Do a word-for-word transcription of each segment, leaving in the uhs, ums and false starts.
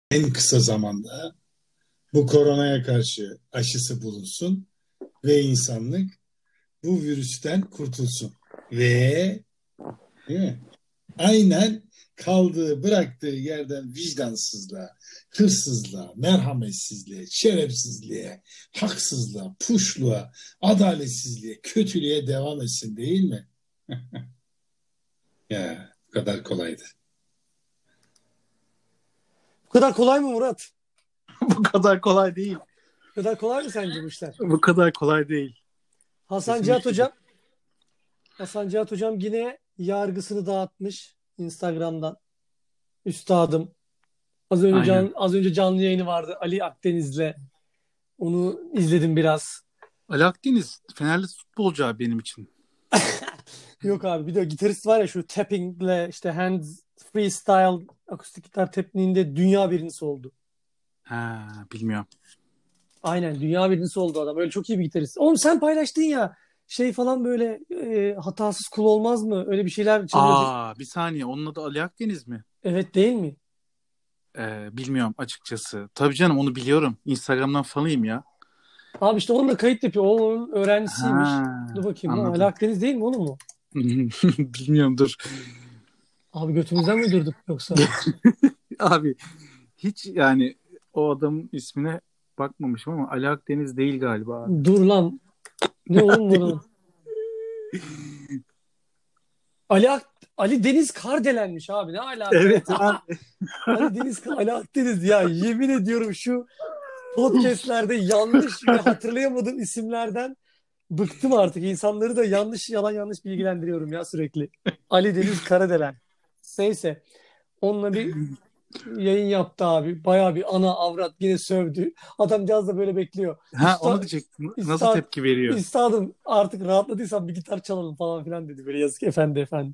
en kısa zamanda bu koronaya karşı aşısı bulunsun ve insanlık bu virüsten kurtulsun. Ve değil mi? Aynen kaldığı, bıraktığı yerden vicdansızlığa, hırsızlığa, merhametsizliğe, şerefsizliğe, haksızlığa, puşluğa, adaletsizliğe, kötülüğe devam etsin değil mi? Ya bu kadar kolaydı. Bu kadar kolay mı Murat? Bu kadar kolay değil. Bu kadar kolay mı sence bu işler? Bu kadar kolay değil. Hasan Kesinlikle. Cihat Hocam Hasan Cihat Hocam yine yargısını dağıtmış Instagram'dan. Üstadım. Az önce can, az önce canlı yayını vardı Ali Akdeniz'le. Onu izledim biraz. Ali Akdeniz Fenerli futbolcu abi benim için. Yok abi, bir de gitarist var ya, şu tappingle işte hands freestyle akustik gitar tekniğinde dünya birincisi oldu. Ha, bilmiyorum. Aynen, dünya birincisi oldu adam. Öyle çok iyi bir gitarist. Oğlum sen paylaştın ya şey falan, böyle e, hatasız kul olmaz mı? Öyle bir şeyler çalıyordu. Aa, bir saniye, onun adı Ali Akdeniz mi? Evet, değil mi? Ee, bilmiyorum açıkçası. Tabii canım, onu biliyorum. Instagram'dan fanıyım ya. Abi işte onunla kayıt yapıyor. O onun öğrencisiymiş. Ha, Dur bakayım. O anladım. Ali Akdeniz değil mi oğlum mu? Bilmiyorum, dur. Abi götümüzden mi durduk yoksa? Abi hiç yani o adamın ismine bakmamışım ama Ali Akdeniz değil galiba abi. Dur lan. Ne oğlum bunun? Ali Ak Ali Deniz Kardelen'miş abi. Ne alaka? Evet abi. Ali Deniz Ali Akdeniz ya, yemin ediyorum şu podcastlerde yanlış ve hatırlayamadığım isimlerden bıktım artık. İnsanları da yanlış yalan yanlış bilgilendiriyorum ya sürekli. Ali Deniz Karadelen. Neyse. Onunla bir yayın yaptı abi. Bayağı bir ana avrat yine sövdü. Adamcağız da böyle bekliyor. Ha, Üstad, onu diyecektim. Nasıl üstad, tepki veriyor? Üstadım artık rahatladıysan bir gitar çalalım falan filan dedi. Böyle yazık efendi efendi.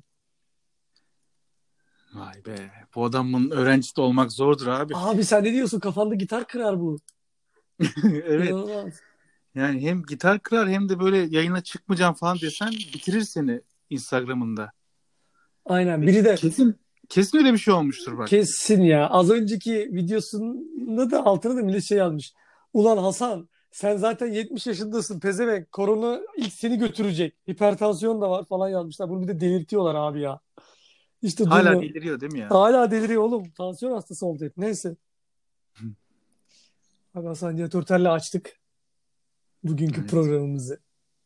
Vay be. Bu adamın öğrencisi de olmak zordur abi. Abi sen ne diyorsun? Kafanda gitar kırar bu. Evet. İnanılmaz. Yani hem gitar kırar hem de böyle yayına çıkmayacağım falan desen bitirir seni Instagram'ında. Aynen. Biri de Kesin kesin öyle bir şey olmuştur bak. kesin ya. Az önceki videosunda da altına da millet şey yazmış. Ulan Hasan, sen zaten yetmiş yaşındasın pezevenk. Korona ilk seni götürecek. Hipertansiyon da var falan yazmışlar. Bunu bir de delirtiyorlar abi ya. İşte Hala durumu. deliriyor değil mi ya? Hala deliriyor oğlum. Tansiyon hastası oldu hep. Neyse. Abi Hasan Cihat Örter'le açtık bugünkü Evet. programımızı.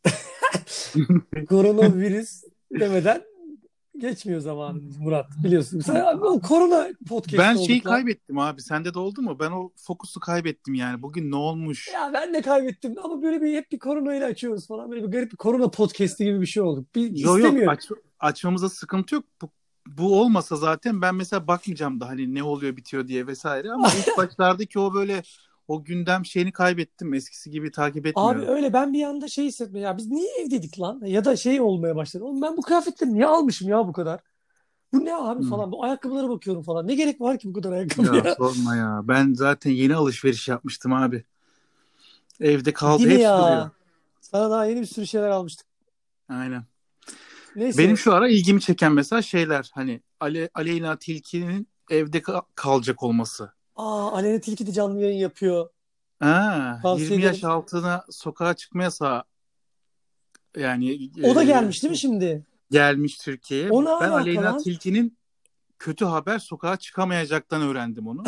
Koronavirüs demeden geçmiyor zamanımız Murat. Biliyorsun. Sen abi, o korona podcast Ben olduk şeyi lan. kaybettim abi. Sende de oldu mu? Ben o fokusu kaybettim yani. Bugün ne olmuş? Ya ben de kaybettim ama böyle bir hep bir korona ile açıyoruz falan. Böyle bir garip bir korona podcast'i gibi bir şey olduk. Bir Yok yok, istemiyorum. aç, açmamıza sıkıntı yok. Bu, bu olmasa zaten ben mesela bakmayacağım da hani ne oluyor bitiyor diye vesaire, ama ilk başlardaki o böyle o gündem şeyini kaybettim. Eskisi gibi takip etmiyorum. Abi öyle ben bir anda şey hissetme ya, biz niye evdeydik lan? Ya da şey olmaya başladı. Oğlum ben bu kıyafetleri niye almışım ya bu kadar? Bu ne abi Hmm. falan. Bu ayakkabılara bakıyorum falan. Ne gerek var ki bu kadar ayakkabıya? Ya sorma ya. Ben zaten yeni alışveriş yapmıştım abi. Evde kaldı, Yine hepsi ya. duruyor. Sana daha yeni bir sürü şeyler almıştık. Aynen. Neyse. Benim şu ara ilgimi çeken mesela şeyler, hani Ale, Aleyna Tilki'nin evde ka- kalacak olması. Aa, Aleyna Tilki de canlı yayın yapıyor. Ha, Tavsiye yirmi yaş ederim. altına sokağa çıkma yasağı yani O da e, gelmiş değil mi şimdi? gelmiş Türkiye'ye. O ne Ben alaka Aleyna lan? Tilki'nin kötü haber, sokağa çıkamayacaktan öğrendim onu.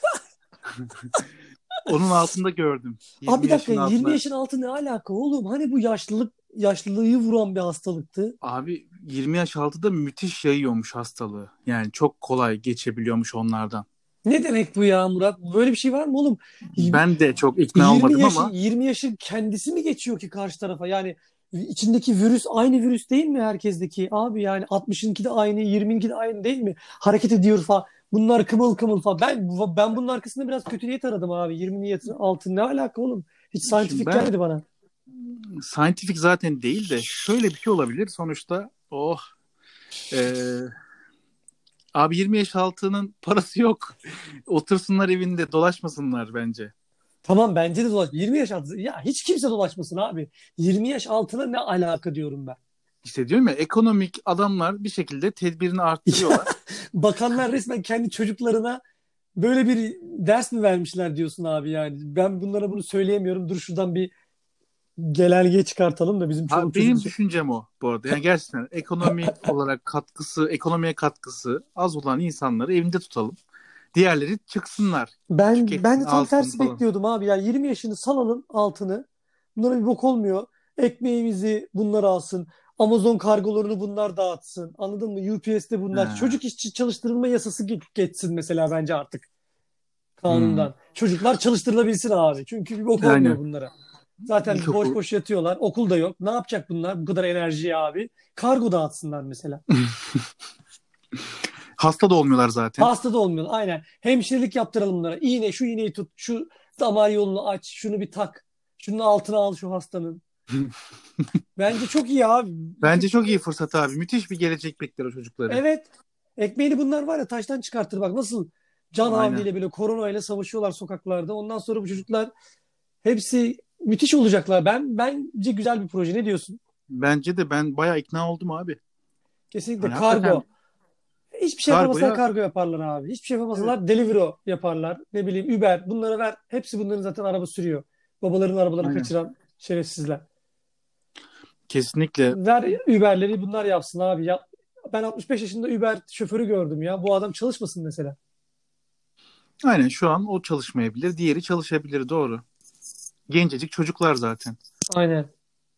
Onun altında gördüm. Abi bir yirmi dakika, yaşın yirmi altına. yaşın altı ne alaka oğlum? Hani bu yaşlılık yaşlılığı vuran bir hastalıktı. Abi yirmi yaş altıda müthiş yayıyormuş hastalığı. Yani çok kolay geçebiliyormuş onlardan. Ne demek bu ya Murat? Böyle bir şey var mı oğlum? Ben de çok ikna yirmi olmadım yaşı, ama yirmi yaşın kendisi mi geçiyor ki karşı tarafa? Yani içindeki virüs aynı virüs değil mi herkesteki? Abi yani altmışınki de aynı, yirminki de aynı değil mi? Hareket ediyor falan. Bunlar kımıl kımıl falan. Ben ben bunun arkasında biraz kötü niyet aradım abi. yirmi yaşın altı ne alaka oğlum? Hiç şimdi scientific ben gelmedi bana. scientific zaten değil de şöyle bir şey olabilir. Sonuçta oh e, abi yirmi yaş altının parası yok. Otursunlar evinde, dolaşmasınlar bence. Tamam, bence de dolaş. yirmi yaş altı. Ya hiç kimse dolaşmasın abi. yirmi yaş altına ne alaka diyorum ben. İşte diyorum ya, ekonomik adamlar bir şekilde tedbirini arttırıyorlar. Bakanlar resmen kendi çocuklarına Böyle bir ders mi vermişler diyorsun abi yani. Ben bunlara bunu söyleyemiyorum. Dur şuradan bir genelge çıkartalım da bizim Ha, çoluk çocuk benim için. düşüncem o bu arada. Yani gerçekten ekonomi olarak katkısı, ekonomiye katkısı az olan insanları evinde tutalım. Diğerleri çıksınlar, Ben ben tüketsin, de tam alsın tersi falan. bekliyordum abi. Yani yirmi yaşını salalım altını. Bunlara bir bok olmuyor. Ekmeğimizi bunlar alsın. Amazon kargolarını bunlar dağıtsın. Anladın mı? U P S'te bunlar. Ha. Çocuk işçi çalıştırılma yasası ge- geçsin mesela bence artık Hmm. kanundan. Çocuklar çalıştırılabilsin abi. Çünkü bir bok olmuyor Aynen. bunlara. Zaten boş İlkokul. boş yatıyorlar. Okul da yok. Ne yapacak bunlar? Bu kadar enerjiyi abi. Kargo dağıtsınlar mesela. Hasta da olmuyorlar zaten. Hasta da olmuyor. Aynen. Hemşirelik yaptıralım bunlara. İğne, şu iğneyi tut. Şu damar yolunu aç. Şunu bir tak. Şunun altına al şu hastanın. Bence çok iyi abi. Bence Çok, çok iyi fırsat abi. Müthiş bir gelecek bekler o çocukları. evet. Ekmeğini bunlar var ya taştan çıkartır. Bak nasıl can Aynen. havliyle böyle koronayla savaşıyorlar sokaklarda. Ondan sonra bu çocuklar hepsi müthiş olacaklar. Ben bence güzel bir proje. Ne diyorsun? Bence de ben bayağı ikna oldum abi. Kesinlikle Hani hakikaten kargo. Hiçbir şey yapamasalar kargoya kargo yaparlar abi. Hiçbir şey evet, yapamasalar Deliveroo yaparlar. Ne bileyim Uber. Bunlara ver. Hepsi bunların zaten araba sürüyor. Babaların arabalarını aynen. kaçıran şerefsizler. Kesinlikle. Ver Uber'leri bunlar yapsın abi. Ya, ben altmış beş yaşında Uber şoförü gördüm ya. Bu adam çalışmasın mesela. Aynen şu an o çalışmayabilir. Diğeri çalışabilir, doğru. Gencecik çocuklar zaten. Aynen.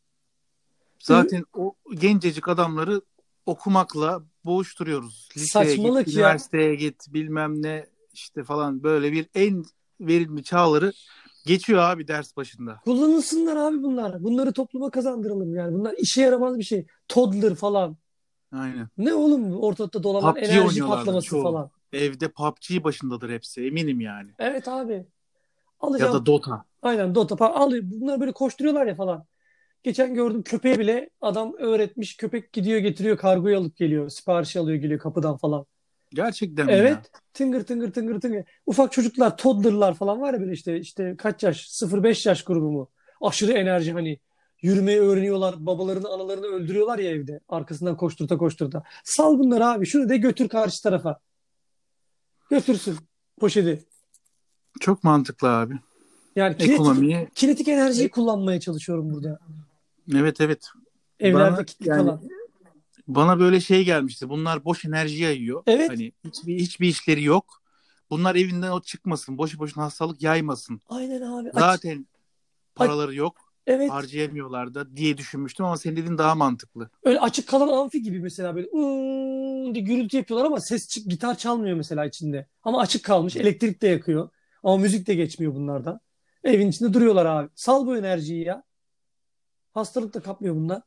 Ü- Zaten o gencecik adamları okumakla boğuşturuyoruz. Liseye git, Saçmalık ya. üniversiteye git, bilmem ne işte falan, böyle bir en verimli çağları geçiyor abi ders başında. Kullanılsınlar abi bunlar. Bunları topluma kazandıralım yani. Bunlar işe yaramaz bir şey. Toddler falan. Aynen. Ne oğlum bu ortalıkta dolanan P U B G enerji oynuyorlardır patlaması çoğu. falan. Evde P U B G başındadır hepsi, eminim yani. Evet abi. Ya da Alacağım. Dota. Aynen Dota falan. Al, bunlar böyle koşturuyorlar ya falan. Geçen gördüm köpeğe bile adam öğretmiş. Köpek gidiyor getiriyor kargoyu alıp geliyor. Siparişi alıyor geliyor kapıdan falan. Gerçekten mi ya? Evet. Tıngır tıngır tıngır tıngır. Ufak çocuklar, toddlerlar falan var ya böyle işte işte kaç yaş? sıfır beş yaş grubu mu? Aşırı enerji hani. Yürümeyi öğreniyorlar. Babalarını, analarını öldürüyorlar ya evde. Arkasından koşturta koşturta. Sal bunları abi. Şunu da götür karşı tarafa. Götürsün poşeti. Çok mantıklı abi. Yani kinetik Ekonomiyi kinetik enerjiyi e- kullanmaya çalışıyorum burada. evet evet. Evlerde Bana kilitli yani kalan. bana böyle şey gelmişti. Bunlar boş enerji yayıyor. Evet. Hani hiçbir hiçbir işleri yok. Bunlar evinden o çıkmasın. Boşu boşuna hastalık yaymasın. Aynen abi. Aç, Zaten aç. paraları yok. Evet. Harcayamıyorlar da diye düşünmüştüm ama senin dediğin daha mantıklı. Öyle açık kalan amfi gibi mesela böyle "Iıı" diye gürültü yapıyorlar ama ses çık gitar çalmıyor mesela içinde. Ama açık kalmış. Elektrik de yakıyor. Ama müzik de geçmiyor bunlardan. Evin içinde duruyorlar abi. Sal bu enerjiyi ya. Hastalık da kapmıyor bunlar.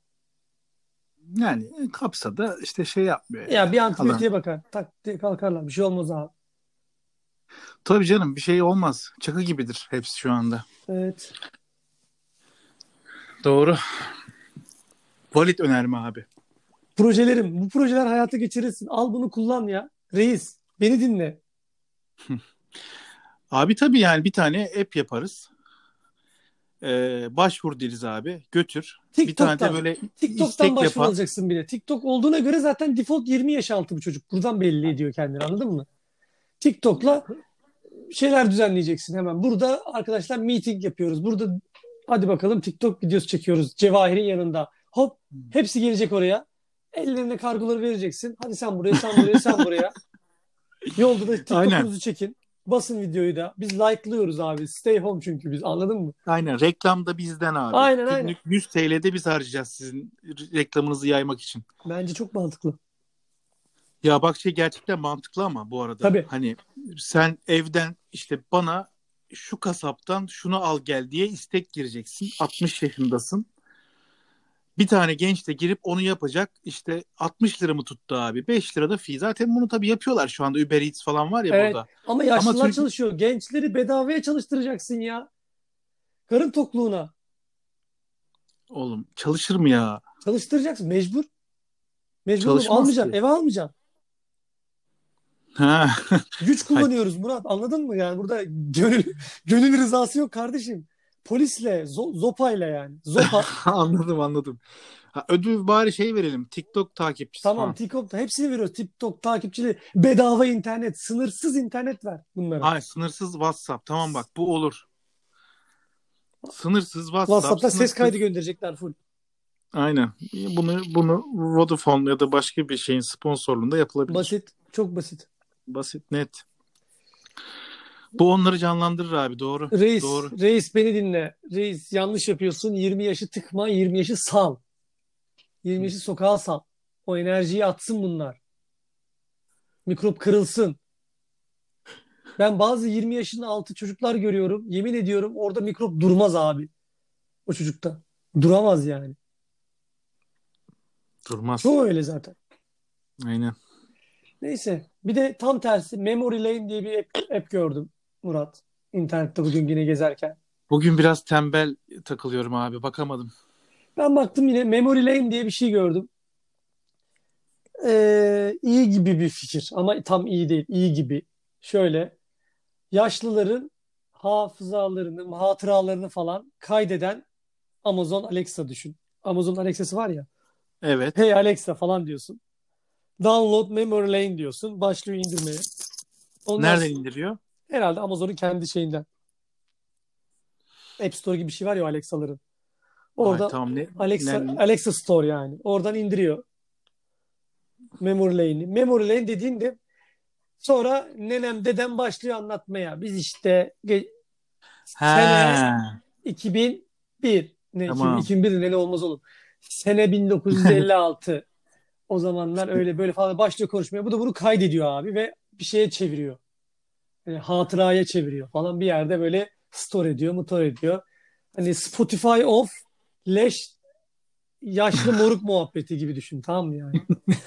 Yani kapsa da işte şey yapmıyor Ya yani. bir Allah. antibiyotiğe bakar. Tak diye kalkarlar. Bir şey olmaz abi. Tabii canım, bir şey olmaz. Çakı gibidir hepsi şu anda. Evet. Doğru. Valid önerme abi. Projelerim. Bu projeler hayata geçirirsin. Al bunu kullan ya. Reis. Beni dinle. Abi tabii yani bir tane app yaparız. Ee, başvur deriz abi. Götür. Bir tane de TikTok'tan. böyle TikTok'tan istek başvuru yapan. alacaksın bile. TikTok olduğuna göre zaten default yirmi yaş altı bu çocuk. Buradan belli ediyor kendini anladın mı? TikTok'la şeyler düzenleyeceksin hemen. Burada arkadaşlar meeting yapıyoruz. Burada hadi bakalım TikTok videosu çekiyoruz. Cevahir'in yanında. Hop hepsi gelecek oraya. Ellerine kargoları vereceksin. Hadi sen buraya, sen buraya, sen buraya. Yolda da Aynen. TikTok'unuzu çekin. Basın videoyu da. Biz like'lıyoruz abi. Stay home çünkü biz. Anladın mı? Aynen. Reklam da bizden abi. Aynen aynen. Günlük yüz T L'de biz harcayacağız sizin reklamınızı yaymak için. Bence çok mantıklı. Ya bak, şey gerçekten mantıklı ama bu arada. Tabii. Hani sen evden işte bana şu kasaptan şunu al gel diye istek gireceksin. altmış yaşındasın. Bir tane genç de girip onu yapacak. İşte altmış lira mı tuttu abi? beş lira da fee. Zaten bunu tabii yapıyorlar şu anda. Uber Eats falan var ya Evet. burada. Ama Ama yaşlılar Türk çalışıyor. Gençleri bedavaya çalıştıracaksın ya. Karın tokluğuna. oğlum çalışır mı ya? Çalıştıracaksın. Mecbur. Mecbur oğlum. Çalışmaz Almayacaksın. ki. Eve almayacaksın. Ha. Güç Hay- kullanıyoruz Murat. Anladın mı? Yani burada gönül, gönül rızası yok kardeşim. polisle, zo- zopayla yani. Zopa. Anladım anladım. Ha, ödül bari şey verelim. TikTok takipçisi Tamam, falan. TikTok'ta hepsini veriyoruz. TikTok takipçili, bedava internet, sınırsız internet ver bunlara. Ay sınırsız WhatsApp. Tamam bak bu olur. Sınırsız WhatsApp, WhatsApp'ta ses kaydı sınırsız. gönderecekler full. Aynen. Bunu bunu Vodafone ya da başka bir şeyin sponsorluğunda yapılabilir. Basit, çok basit. Basit, net. Bu onları canlandırır abi. Doğru. Reis, Doğru. reis beni dinle. Reis yanlış yapıyorsun. yirmi yaşı tıkma, yirmi yaşı sal. yirmi yaşı sokağa sal. O enerjiyi atsın bunlar. Mikrop kırılsın. Ben bazı yirmi yaşının altı çocuklar görüyorum. Yemin ediyorum orada mikrop durmaz abi. O çocukta. Duramaz yani. Durmaz. Çoğu öyle zaten. Aynen. Neyse. Bir de tam tersi Memory Lane diye bir app, app gördüm Murat. İnternette bugün yine gezerken. Bugün biraz tembel takılıyorum abi. Bakamadım. Ben baktım yine Memory Lane diye bir şey gördüm. Ee, iyi gibi bir fikir ama tam iyi değil. İyi gibi. Şöyle yaşlıların hafızalarını, hatıralarını falan kaydeden Amazon Alexa düşün. Amazon Alexa'sı var ya. Evet. Hey Alexa falan diyorsun. Download Memory Lane diyorsun. Başlıyor indirmeye. Ondan Nereden sonra- indiriyor? herhalde Amazon'un kendi şeyinden. App Store gibi bir şey var ya o Alexa'ların. Orada Ay, tamam ne? Alexa, ne- Alexa Store yani. Oradan indiriyor Memory Lane'i. Memory Lane dediğinde sonra nenem dedem başlıyor anlatmaya. Biz işte ge- sene Ha, iki bin bir ne tamam. iki bin bir ne olmaz oğlum. Sene bin dokuz yüz elli altı. O zamanlar öyle böyle falan başlıyor konuşmaya. Bu da bunu kaydediyor abi ve bir şeye çeviriyor. Yani hatıraya çeviriyor falan bir yerde böyle store ediyor, mutor ediyor. Hani Spotify off, leş, yaşlı moruk muhabbeti gibi düşün, tamam mı yani?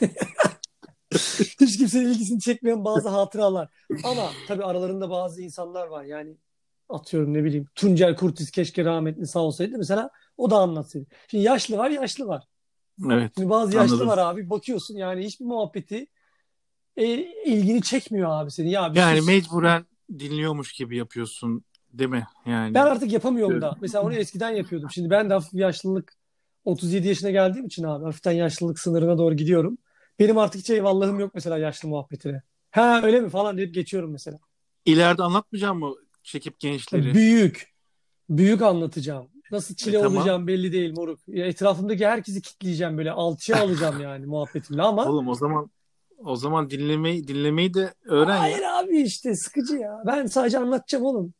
Hiç kimsenin ilgisini çekmeyen bazı hatıralar. Ama tabii aralarında bazı insanlar var yani, atıyorum ne bileyim Tuncel Kurtiz keşke rahmetli sağ olsaydı mesela, o da anlatsaydı. Şimdi yaşlı var, yaşlı var. Evet. Şimdi bazı yaşlı Anladım. var abi, bakıyorsun yani hiçbir muhabbeti e, ilgini çekmiyor abi seni. Ya bir Yani sus. mecburen dinliyormuş gibi yapıyorsun, değil mi? Yani Ben artık yapamıyorum evet. da. Mesela onu eskiden yapıyordum. Şimdi ben de hafif yaşlılık, otuz yedi yaşına geldiğim için abi hafiften yaşlılık sınırına doğru gidiyorum. Benim artık hiç eyvallahım yok mesela yaşlı muhabbetine. Ha öyle mi falan deyip geçiyorum mesela. ileride anlatmayacağım mı çekip gençleri? Büyük. Büyük anlatacağım. Nasıl E çile tamam. olacağım belli değil moruk. Ya etrafımdaki herkesi kitleyeceğim böyle. Alçıya alacağım yani muhabbetimle ama Oğlum o zaman o zaman dinlemeyi dinlemeyi de öğren hayır ya. abi işte sıkıcı ya. Ben sadece anlatacağım oğlum.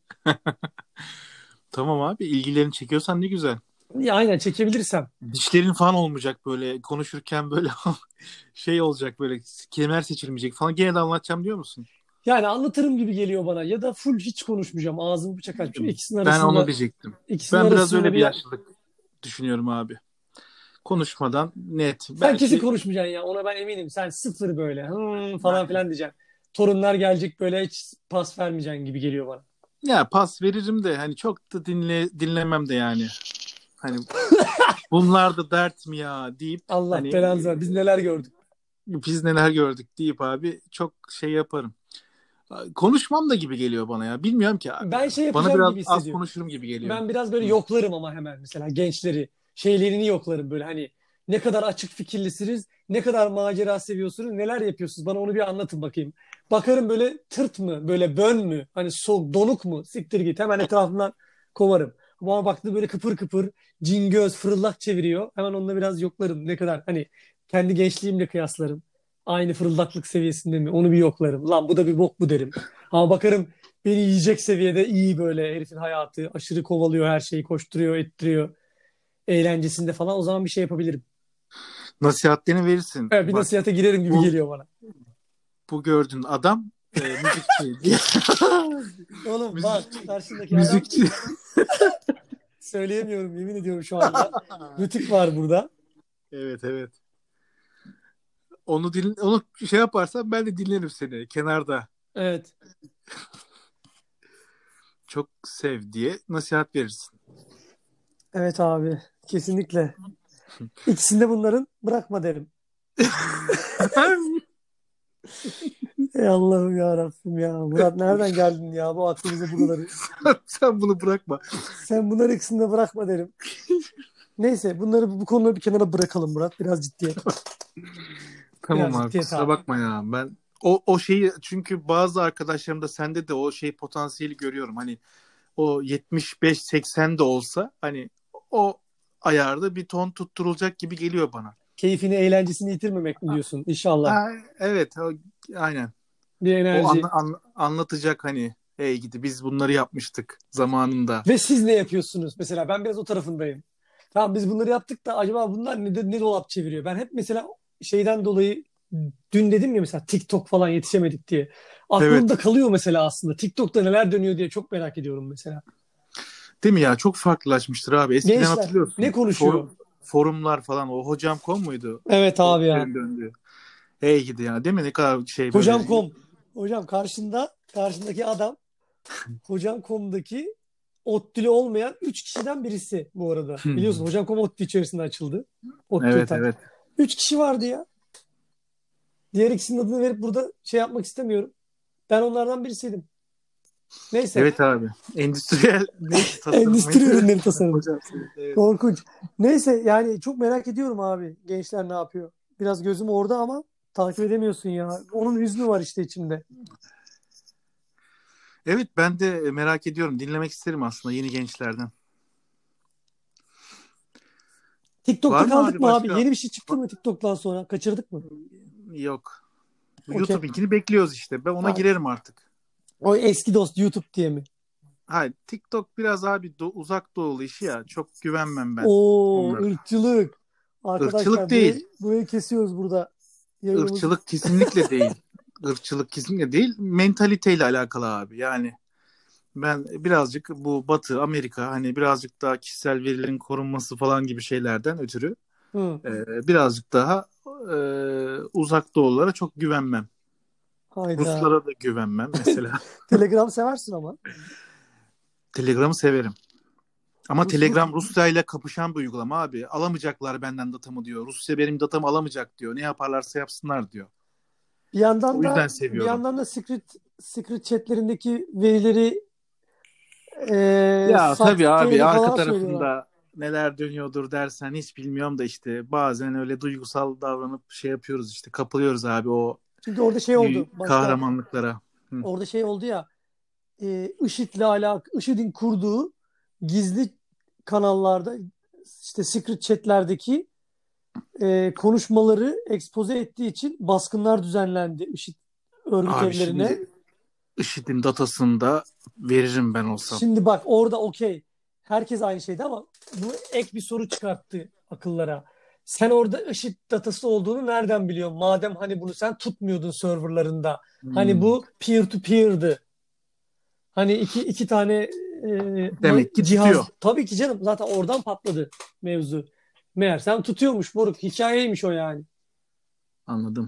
Tamam abi, ilgilerini çekiyorsan ne güzel. Ya aynen çekebilirsem. Dişlerin falan olmayacak böyle konuşurken böyle şey olacak, böyle kelimeler seçilmeyecek falan. Gene de anlatacağım diyor musun? Yani anlatırım gibi geliyor bana. Ya da full hiç konuşmayacağım. Ağzımı bıçak açmayacağım. İkisinin Ben onu arasında diyecektim. ikisinin Ben biraz arasında öyle bir bir yer. yaşlılık düşünüyorum abi. Konuşmadan net. Sen kesin Belki konuşmayacaksın ya. Ona ben eminim. Sen sıfır böyle "Hmm" falan filan diyeceksin. Torunlar gelecek böyle hiç pas vermeyeceksin gibi geliyor bana. ya pas veririm de hani çok da dinle dinlemem de yani. Hani bunlar da dert mi ya deyip Allah hani belanı ver. Biz neler gördük. biz neler gördük deyip abi çok şey yaparım. Konuşmam da gibi geliyor bana ya. Bilmiyorum ki abi Ben ya. şey Bana yapacağım biraz gibi az hissediyorum. konuşurum gibi geliyor. Ben biraz böyle Hı. yoklarım ama hemen mesela gençleri. Şeylerini yoklarım böyle hani ne kadar açık fikirlisiniz, ne kadar macera seviyorsunuz, neler yapıyorsunuz bana onu bir anlatın bakayım. Bakarım böyle tırt mı, böyle bön mü, hani soğuk, donuk mu, siktir git hemen etrafından kovarım. Ama baktığında böyle kıpır kıpır, cingöz, fırıldak çeviriyor. Hemen onunla biraz yoklarım ne kadar hani kendi gençliğimle kıyaslarım. Aynı fırıldaklık seviyesinde mi onu bir yoklarım. Lan bu da bir bok bu derim. Ama bakarım beni yiyecek seviyede iyi böyle herifin hayatı. Aşırı kovalıyor her şeyi, koşturuyor, ettiriyor. Eğlencesinde falan. O zaman bir şey yapabilirim. Nasihatlerini verirsin. Evet, bir Bak nasihate girerim gibi bu geliyor bana. bu gördüğün adam e, müzikçi diye. Oğlum bak Müzik, karşındaki adam müzikçi. söyleyemiyorum yemin ediyorum şu anda. Rütük var burada. Evet evet. Onu din onu şey yaparsan ben de dinlerim seni kenarda. Evet. Çok sev diye nasihat verirsin. Evet abi. Kesinlikle. İkisinde bunların bırakma derim. Ey Allah'ım ya Rabbim ya. Murat nereden geldin ya bu aklımıza buraları? Sen bunu bırakma. Sen bunları ikisini de bırakma derim. Neyse bunları bu konuları bir kenara bırakalım Murat. Biraz ciddiyet. Tamam Biraz abi, ciddiyet kusura abi. bakma ya. Ben o o şeyi, çünkü bazı arkadaşlarımda, sende de o şey potansiyeli görüyorum. Hani o yetmiş beş seksen de olsa hani o ayarda bir ton tutturulacak gibi geliyor bana. Keyfini, eğlencesini yitirmemek mi diyorsun? İnşallah. Ha, evet, o, aynen. Bir O enerji. anla- an- anlatacak hani, hey gidi biz bunları yapmıştık zamanında. Ve siz ne yapıyorsunuz? Mesela ben biraz o tarafındayım. Tamam biz bunları yaptık da acaba bunlar ne, ne dolap çeviriyor? Ben hep mesela şeyden dolayı dün dedim ya mesela TikTok falan yetişemedik diye. Evet. Aklımda kalıyor mesela aslında. TikTok'ta neler dönüyor diye çok merak ediyorum mesela. Değil mi ya? Çok farklılaşmıştır abi. Eskiden Gençler hatırlıyorsun. ne konuşuyor? For- forumlar falan. O hocam nokta com muydu? Evet O abi ya. işlerin döndüğü. Hey gidi ya. Değil mi? Ne kadar şey böyle. Hocam nokta com. Hocam karşında karşındaki adam hocam nokta com'daki ODTÜ'lü olmayan üç kişiden birisi bu arada. Hmm. Biliyorsun hocam nokta com ODTÜ içerisinde açıldı. ODTÜ Evet Tat. evet. üç kişi vardı ya. Diğer ikisinin adını verip burada şey yapmak istemiyorum. Ben onlardan birisiydim. Neyse. Evet abi. Endüstriyel neydi tasarım? Endüstri ürünleri tasarımı. Hocam, evet. Korkunç. Neyse yani çok merak ediyorum abi. Gençler ne yapıyor? Biraz gözüm orada ama takip edemiyorsun ya. Onun hüznü var işte içimde. Evet, ben de merak ediyorum. Dinlemek isterim aslında yeni gençlerden. TikTok'ta Var mı kaldık abi mı abi? başka? Yeni bir şey çıktı mı TikTok'tan sonra? Kaçırdık mı? Yok. Okey. YouTube'unkini bekliyoruz işte. Ben ona Ha, girerim artık. o eski dost YouTube diye mi? Hayır, TikTok biraz abi do- uzak doğulu işi ya. Çok güvenmem ben Oo, onlara. ırkçılık. Irkçılık Arkadaşlar burayı, değil. burayı kesiyoruz burada. Yayınımızı. Irkçılık kesinlikle değil. Irkçılık kesinlikle değil. Mentaliteyle alakalı abi. Yani ben birazcık bu Batı, Amerika, hani birazcık daha kişisel verilerin korunması falan gibi şeylerden ötürü Hı, e, birazcık daha e, uzak doğulara çok güvenmem. hayda. Ruslara da güvenmem mesela. Telegram seversin ama. Telegram'ı severim. Ama Rus, Rus. Telegram Rusya ile kapışan bir uygulama abi. Alamayacaklar benden datamı diyor. Rusya benim datamı alamayacak diyor. Ne yaparlarsa yapsınlar diyor. Bir yandan O yüzden da bir seviyorum. yandan da secret secret chatlerindeki verileri e, Ya tabii abi, sattığını arka falan söylüyorlar. tarafında neler dönüyordur dersen hiç bilmiyorum da işte bazen öyle duygusal davranıp şey yapıyoruz, işte kapılıyoruz abi o Çünkü orada şey oldu. Başta kahramanlıklara. Hı. orada şey oldu ya. E, IŞİD'le alakalı IŞİD'in kurduğu gizli kanallarda işte secret chatlerdeki e, konuşmaları ekspoze ettiği için baskınlar düzenlendi IŞİD örgüt Abi evlerine. şimdi IŞİD'in datasını da veririm ben olsam. Şimdi bak orada okey. Herkes aynı şeydi ama bu ek bir soru çıkarttı akıllara. Sen orada IŞİD datası olduğunu nereden biliyorsun? Madem hani bunu sen tutmuyordun serverlarında. Hani Hmm. bu peer to peer'dı. Hani iki iki tane e, Demek ki cihaz. tutuyor. Tabii ki canım. Zaten oradan patladı mevzu. Meğersem tutuyormuş moruk. Hikayeymiş o yani. Anladım.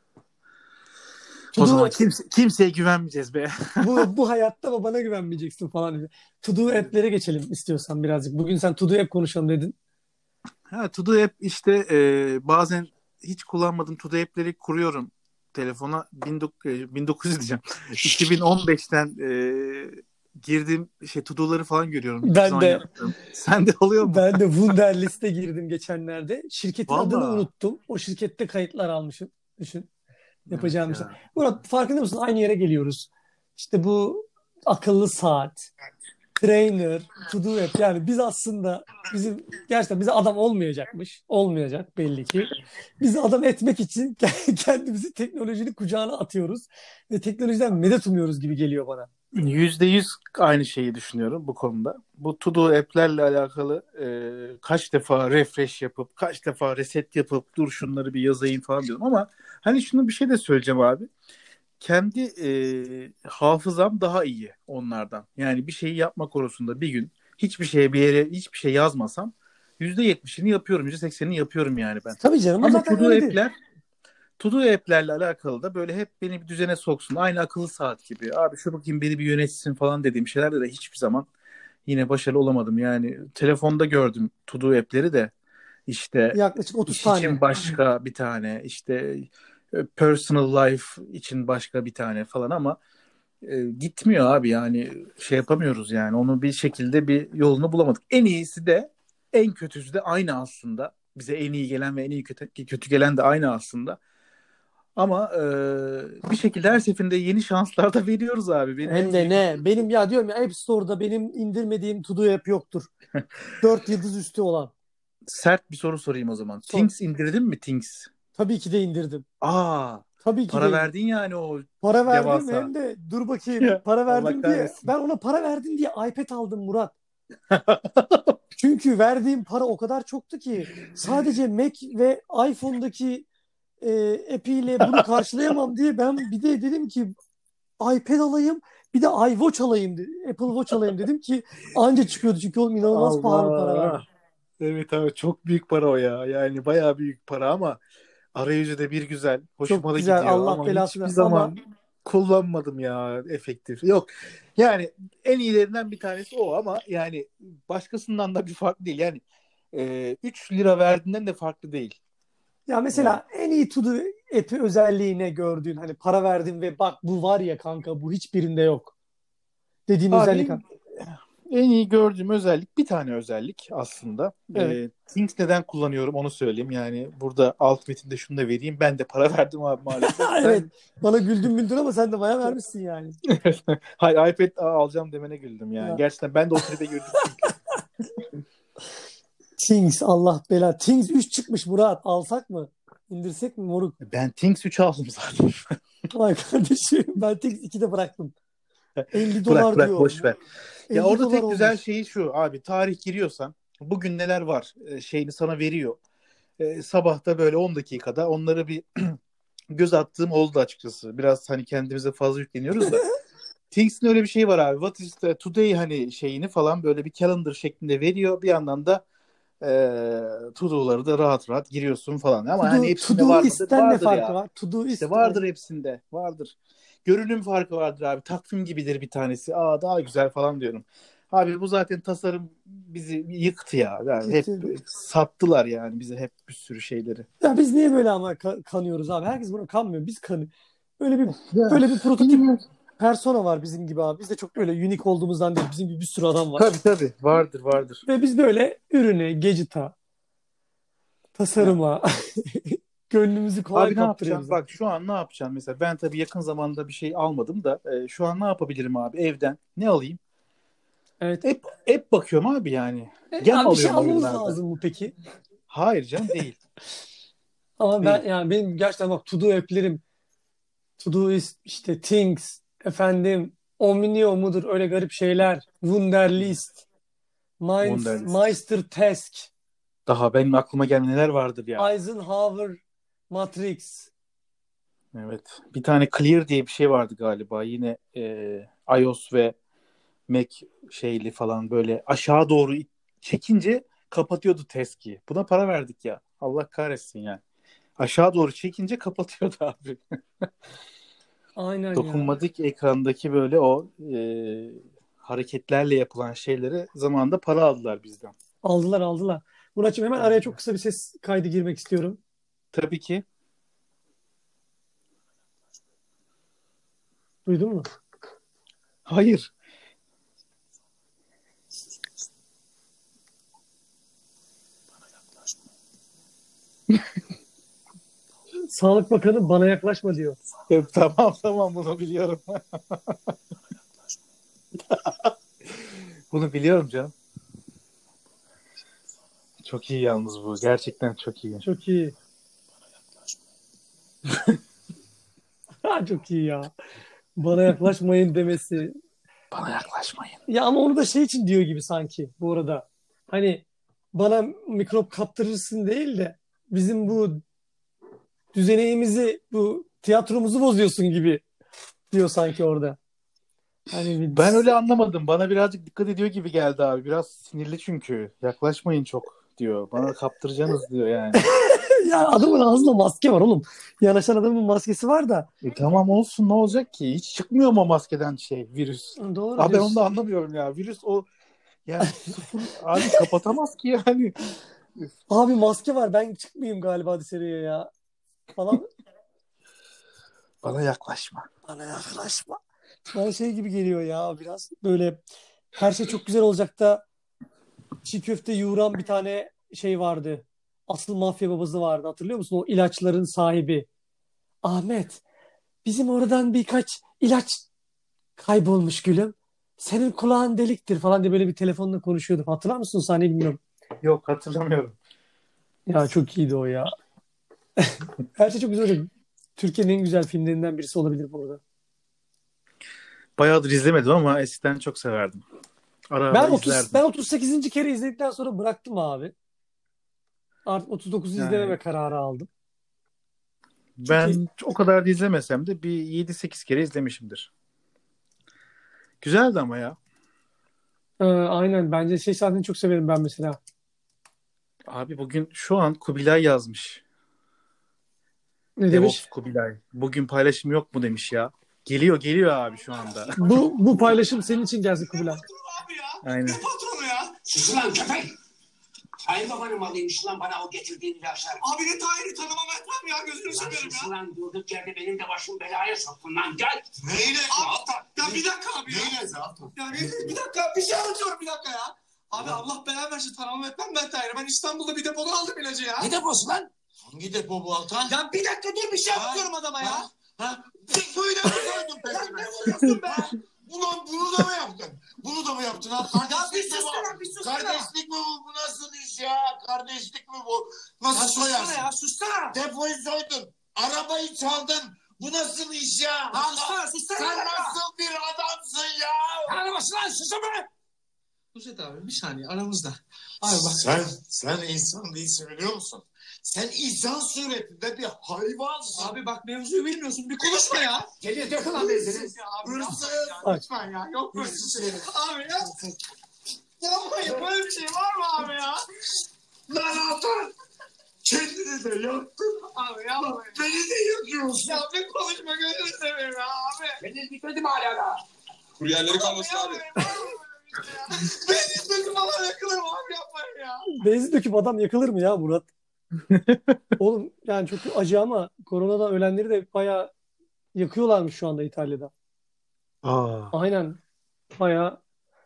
To O do, zaman kimse, kimseye güvenmeyeceğiz be. bu, bu hayatta babana güvenmeyeceksin falan. To do app'lere geçelim istiyorsan birazcık. Bugün sen to do app konuşalım dedin. Ha, To Do App işte e, bazen hiç kullanmadığım To Do App'leri kuruyorum telefona. bin dokuz yüz, bin dokuz yüz diyeceğim. iki bin on beşten e, girdiğim şey To Do'ları falan görüyorum. Hiçbir Ben zaman de yaptım. Sende oluyor mu? ben de Wunderlist'e girdim geçenlerde. Şirketin adını Valla. unuttum. O şirkette kayıtlar almışım. Düşün. Evet Yapacağım işte. ya. Murat farkında mısın? Aynı yere geliyoruz. İşte bu akıllı saat, trainer, to do app. Yani biz aslında bizim gerçekten bize adam olmayacakmış. Olmayacak belli ki. Bizi adam etmek için kendimizi teknolojinin kucağına atıyoruz. Ve teknolojiden medet umuyoruz gibi geliyor bana. yüzde yüz aynı şeyi düşünüyorum bu konuda. Bu To Do App'lerle alakalı e, kaç defa refresh yapıp, kaç defa reset yapıp dur şunları bir yazayım falan diyorum ama hani şunu bir şey de söyleyeceğim abi. Kendi e, hafızam daha iyi onlardan. Yani bir şeyi yapma konusunda bir gün hiçbir şeye bir yere hiçbir şey yazmasam yüzde yetmişini yapıyorum, yüzde seksenini yapıyorum yani ben. Tabii canım o Ama zaten To Do öyledir. App'ler To Do App'lerle alakalı da böyle hep beni bir düzene soksun. Aynı akıllı saat gibi. Abi şu bakayım beni bir yönetsin falan dediğim şeylerde de hiçbir zaman yine başarılı olamadım. Yani telefonda gördüm To Do App'leri de işte Yaklaşık otuz iş için tane. başka bir tane, işte e, personal life için başka bir tane falan ama e, gitmiyor abi yani şey yapamıyoruz yani onu bir şekilde bir yolunu bulamadık. En iyisi de en kötüsü de aynı aslında. Bize en iyi gelen ve en iyi kötü, kötü gelen de aynı aslında. Ama e, bir şekilde her seferinde yeni şanslar da veriyoruz abi. Benim Hem en de büyük ne? Benim ya diyorum ya App Store'da benim indirmediğim To Do App yoktur. Dört yıldız üstü olan. sert bir soru sorayım o zaman. Sor. Things indirdin mi Things? Tabii ki de indirdim. Aa, Tabii ki de para indirdim. verdin yani o Para verdim devasa. hem de dur bakayım para Allah verdim diye kahretsin. ben ona para verdim diye iPad aldım Murat. Çünkü verdiğim para o kadar çoktu ki sadece Mac ve iPhone'daki e, app'iyle bunu karşılayamam diye ben bir de dedim ki iPad alayım bir de iWatch alayım dedim. Apple Watch alayım dedim ki anca çıkıyordu çünkü oğlum inanılmaz pahalı para verdim. Allah. Evet abi çok büyük para o ya. Yani bayağı büyük para ama arayüzü de bir güzel. Hoşuma Çok da güzel gidiyor Allah ama belasını hiçbir ama zaman kullanmadım ya efektif. Yok yani en iyilerinden bir tanesi o ama yani başkasından da bir farklı değil. Yani e, üç lira verdiğinden de farklı değil. ya Yani mesela en iyi To Do app'i özelliği ne gördüğün hani para verdin ve bak bu var ya kanka bu hiçbirinde yok dediğin özellik. abi en iyi gördüğüm özellik bir tane özellik aslında. Evet. E, Things neden kullanıyorum onu söyleyeyim. Yani burada alt metinde şunu da vereyim. Ben de para verdim abi maalesef. Evet. Ben Bana güldün güldün ama sen de bayağı vermişsin yani. Hayır iPad alacağım demene güldüm yani. Ya. Gerçekten ben de o tribe girdim çünkü. Things Allah bela. Things üç çıkmış Murat. Alsak mı? İndirsek mi moruk? Ben Things üç aldım zaten. Vay kardeşim ben Things ikide bıraktım. elli dolar Bırak bırak diyor. boş ver. Ya elli orada dolar tek güzel olmuş. şeyi şu abi tarih giriyorsan bugün neler var e, şeyini sana veriyor. E, sabahta böyle on dakikada onları bir göz attığım oldu açıkçası. Biraz hani kendimize fazla yükleniyoruz da. Things'in öyle bir şey var abi. What is the today hani şeyini falan böyle bir calendar şeklinde veriyor. Bir yandan da e, to do'ları da rahat rahat giriyorsun falan. Ama To hani Do, to hepsinde do var mıdır? ist'ten ne Vardır farkı ya. var? To Do İşte ist. vardır hepsinde. Vardır. Görünüm farkı vardır abi. Takvim gibidir bir tanesi. Aa daha güzel falan diyorum. Abi bu zaten tasarım bizi yıktı ya. Yani hep Kötü. sattılar yani bize hep bir sürü şeyleri. Ya biz niye böyle ama ka- kanıyoruz abi? Herkes buna kanmıyor. Biz kanı. Böyle bir Ya böyle bir prototip bilmiyorum. persona var bizim gibi abi. Biz de çok böyle unique olduğumuzdan değil. Bizim gibi bir sürü adam var. Tabii tabii. Vardır vardır. Ve biz böyle ürüne, gadget'a, Ya. tasarıma gönlümüzü kolay Abi ne yapacağım? kaptırıyoruz. Bak şu an ne yapacağım mesela? Ben tabii yakın zamanda bir şey almadım da e, şu an ne yapabilirim abi evden? Ne alayım? Evet. App, app bakıyorum abi yani. E, Gem abi bir şey alıyorum almamız oyunlarda. lazım mı peki? Hayır canım değil. Ama ben Değil. yani benim gerçekten bak To Do app'lerim, To Do ist, işte Things, efendim Omnio mudur öyle garip şeyler, Wunderlist, Minds, Wunderlist. Meister Task, Daha benim aklıma gelen neler vardır ya. Eisenhower Matrix. Evet. Bir tane Clear diye bir şey vardı galiba. Yine e, iOS ve Mac şeyli falan böyle aşağı doğru it- çekince kapatıyordu Task'i. Buna para verdik ya. Allah kahretsin yani. Aşağı doğru çekince kapatıyordu abi. Aynen ya. Dokunmatik ekrandaki böyle o e, hareketlerle yapılan şeyleri zamanında para aldılar bizden. Aldılar aldılar. Muratçım hemen araya çok kısa bir ses kaydı girmek istiyorum. Tabii ki. Duydun mu? Hayır. Sağlık Bakanı bana yaklaşma diyor. E, tamam tamam bunu biliyorum. Bunu biliyorum canım. Çok iyi yalnız bu. Gerçekten çok iyi. Çok iyi. Ha, çok iyi ya. Bana yaklaşmayın demesi. Bana yaklaşmayın. Ya ama onu da şey için diyor gibi sanki bu arada. Hani bana mikrop kaptırırsın değil de bizim bu düzeneğimizi, bu tiyatromuzu bozuyorsun gibi diyor sanki orada. Hani bir... Ben öyle anlamadım. Bana birazcık dikkat ediyor gibi geldi abi. Biraz sinirli çünkü. Yaklaşmayın çok diyor. Bana kaptıracaksınız diyor yani. Ya adamın ağzında maske var oğlum. Yanaşan adamın maskesi var da. E, tamam olsun ne olacak ki? Hiç çıkmıyor mu o maskeden şey virüs? Doğru Abi ben diyorsun. onu da anlamıyorum ya. Virüs o yani sıfır abi kapatamaz ki yani. Abi maske var ben çıkmayayım galiba dışarıya ya. Falan. Bana yaklaşma. Bana yaklaşma. Bana şey gibi geliyor ya biraz. Böyle her şey çok güzel olacak da çiğ köfte yoğuran bir tane şey vardı. Asıl mafya babası vardı. Hatırlıyor musun? O ilaçların sahibi. Ahmet, bizim oradan birkaç ilaç kaybolmuş gülüm. Senin kulağın deliktir falan diye böyle bir telefonla konuşuyordu. Hatırlar mısın o sahneyi bilmiyorum. Yok, hatırlamıyorum. Ya çok iyiydi o ya. Her şey çok güzel olacak. Türkiye'nin en güzel filmlerinden birisi olabilir bu arada. Bayağıdır izlemedim ama eskiden çok severdim. Ara Ben ara otuz izlerdim. ben otuz sekizinci kere izledikten sonra bıraktım abi. Artık otuz dokuzu Yani izlememe kararı aldım. Çünkü ben o kadar da izlemesem de bir yedi sekiz kere izlemişimdir. Güzeldi ama ya. e, aynen bence şey sahnesini çok severim ben mesela. Abi bugün şu an Kubilay yazmış. Ne DevOps demiş? Kubilay. Bugün paylaşım yok mu demiş ya. Geliyor geliyor abi şu anda. Bu bu paylaşım senin için gelsin Kubilay. Abi ya. Aynen. Ne patronu ya? Sus lan köpek! Tahir babanın malıymış lan bana o getirdiğin ilaçlar. Abi ne Tahir'i tanımam etmem ya. Gözünü Lan seveyim sus ya. lan durduk yerde benim de başım belaya soktun lan gel. Neyle? Abi, ya bir dakika abi ya. Neyle zaten? Ya bir, bir dakika bir şey anlatıyorum bir dakika ya. Abi Allah belanı versin tanımam etmem ben Tahir'i. Ben İstanbul'da bir depodan aldım ilacı ya. Ne deposu lan? Hangi depo bu Altan? Ya bir dakika dur bir şey Ha? anlatıyorum adama ya. Ha? Ha? Böyle mi koydun peki? Ne vuruyorsun be? Ulan bunu da mı yaptın? Bunu da mı yaptın ha? Ya bir Kardeşlik mi sus bu? lan bir sus lan. Kardeşlik mi bu? Bu nasıl iş ya? Kardeşlik mi bu? Ya Nasıl sussana soyarsın? ya sussana. Depoyu soydun. Arabayı çaldın. Bu nasıl iş ya? Ya sussana sussana. Sen bir dakika. nasıl bir adamsın ya? Arabası lan susun be. Nusret abi bir saniye aramızda. Abi bak. Sen, sen insan değilsin biliyor musun? Sen insan suretinde bir hayvansın. Abi bak mevzuyu bilmiyorsun. Bir konuşma ya. Geliyor dök lan bezini. Ya abi Hırsız. yapmayın ya. Lütfen ya. Yok böyle bir şey. Abi ya. Yapmayın böyle bir şey var mı abi ya? Lan Altan! Kendini de yaktın. Abi yapmayın. Beni de yakıyorsun. Ya bir konuşma gözünü seveyim ya abi. Beni bitmedi mi hala da? Kuryenleri kalmasın abi. Yapmayın, yapmayın böyle bir şey ya. Ben istedim falan yakılırım abi yapmayın ya. Benzin döküp adam yakılır mı ya Murat? Oğlum yani çok acı ama koronadan ölenleri de bayağı yakıyorlarmış şu anda İtalya'da. Aa. Aynen. Bayağı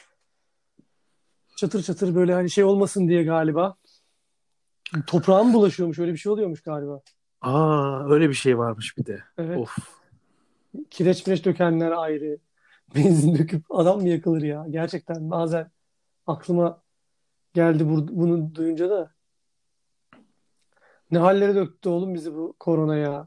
çatır çatır böyle hani şey olmasın diye galiba. Toprağa mı bulaşıyormuş? Öyle bir şey oluyormuş galiba. Aa, öyle bir şey varmış bir de. Evet. Of. Kireç mireç dökenler ayrı. Benzin döküp adam mı yakılır ya? Gerçekten bazen aklıma geldi bu- bunu duyunca da. Ne hallere döktü oğlum bizi bu korona ya.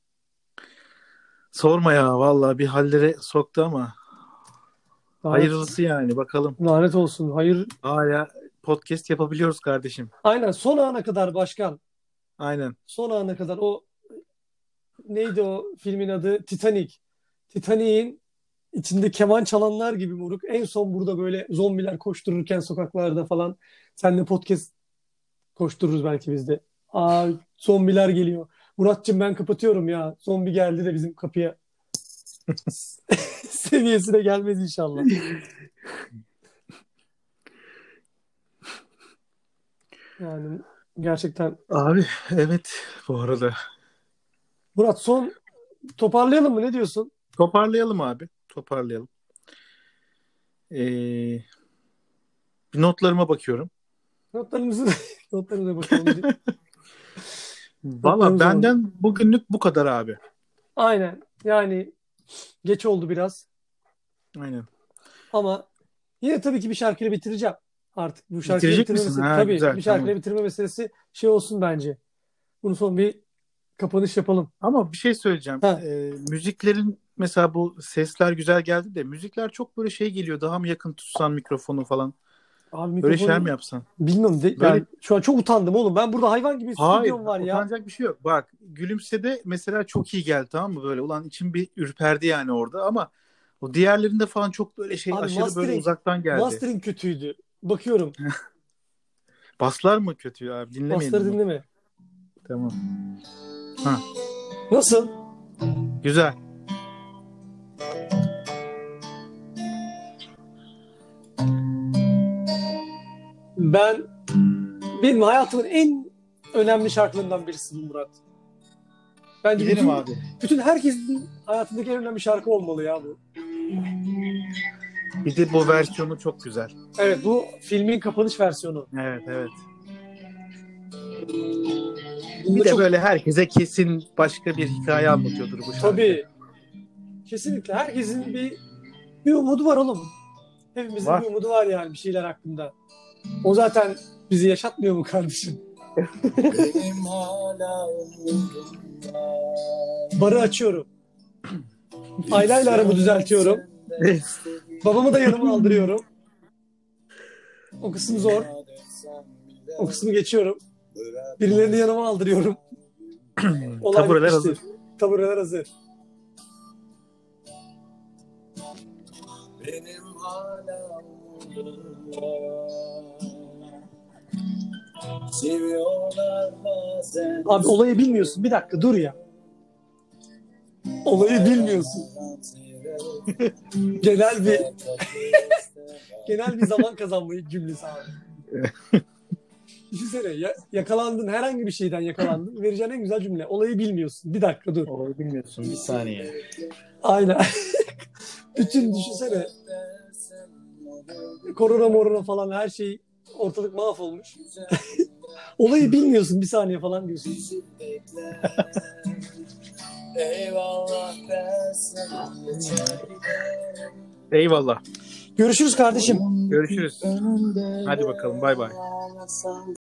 Sorma ya, vallahi bir hallere soktu ama Lanet, hayırlısı yani, bakalım. lanet olsun. Hayır. Hala podcast yapabiliyoruz kardeşim. Aynen son ana kadar başkan. Aynen. Son ana kadar o neydi o filmin adı? Titanic. Titanic'in içinde keman çalanlar gibi moruk. En son burada böyle zombiler koştururken sokaklarda falan. Seninle podcast koştururuz belki biz de. Aa, zombiler geliyor. Muratcığım ben kapatıyorum ya. Zombi geldi de bizim kapıya. Seviyesine gelmez inşallah. Yani gerçekten. Abi evet, bu arada. Murat son toparlayalım mı? Ne diyorsun? Toparlayalım abi. Toparlayalım. Ee, bir notlarıma bakıyorum. Notlarımızı notlarımıza bakalım. Valla Notlarımıza bakalım. benden bugünlük bu kadar abi. Aynen. Yani geç oldu biraz. Aynen. Ama yine tabii ki bir şarkıyla bitireceğim. Artık bu şarkıyı Bitirecek bitirme misin? meselesi, Ha, tabii güzel, bir şarkıyla tamam. bitirme meselesi şey olsun bence. Bunu son bir kapanış yapalım. Ama bir şey söyleyeceğim. Ha. Ee, müziklerin mesela bu sesler güzel geldi de müzikler çok böyle şey geliyor. Daha mı yakın tutsan mikrofonu falan? Abi Böyle mikrofonu şeyler mi yapsan? bilmiyorum. De, Böyle- yani şu an çok utandım oğlum. Ben burada hayvan gibi Hayır, stüdyom var ya. utanacak bir şey yok. Bak, Gülümse'de mesela çok iyi geldi, tamam mı? Böyle ulan içim bir ürperdi yani orada, ama o diğerlerinde falan çok böyle şey Abi aşırı böyle mastering- uzaktan geldi. Mastering kötüydü. Bakıyorum. Baslar mı kötü abi? Dinlemeyin Basları bunu. dinleme. Tamam. Nasıl? Güzel. Ben benim hayatımın en önemli şarkılarından birisi bu Murat. Bence Gidelim bütün, abi. bütün herkesin hayatındaki en önemli şarkı olmalı ya bu. Bir de bu versiyonu çok güzel. Evet, bu filmin kapanış versiyonu. Evet evet. Bunda Bir de çok- böyle herkese kesin başka bir hikaye anlatıyordur bu şarkı. Tabii. Kesinlikle. Herkesin bir bir umudu var oğlum. Hepimizin Var. bir umudu var yani bir şeyler hakkında. O zaten bizi yaşatmıyor mu kardeşim? Benim hala umudum var. Barı açıyorum. Aileyle aramı düzeltiyorum. Babamı da yanıma aldırıyorum. O kısım zor. O kısmı geçiyorum. Birilerini yanıma aldırıyorum. Olay Tabureler bitmiştir. hazır. Tabureler hazır. Benim hala umudum var. Seviyorlar bazen. Abi olayı bilmiyorsun. Bir dakika dur ya. Olayı bilmiyorsun. Genel bir genel bir zaman kazanma cümlesi abi. Düşünsene ya, yakalandın herhangi bir şeyden yakalandın. Vereceğin en güzel cümle. Olayı bilmiyorsun. Bir dakika dur. Olayı bilmiyorsun. Bir saniye. Aynen. Bütün düşünsene. Korona morona falan her şey ortalık mahvolmuş. Olayı bilmiyorsun bir saniye falan diyorsun. Eyvallah dersen Eyvallah. Görüşürüz kardeşim. Görüşürüz. Hadi bakalım. Bay bay. ağlasam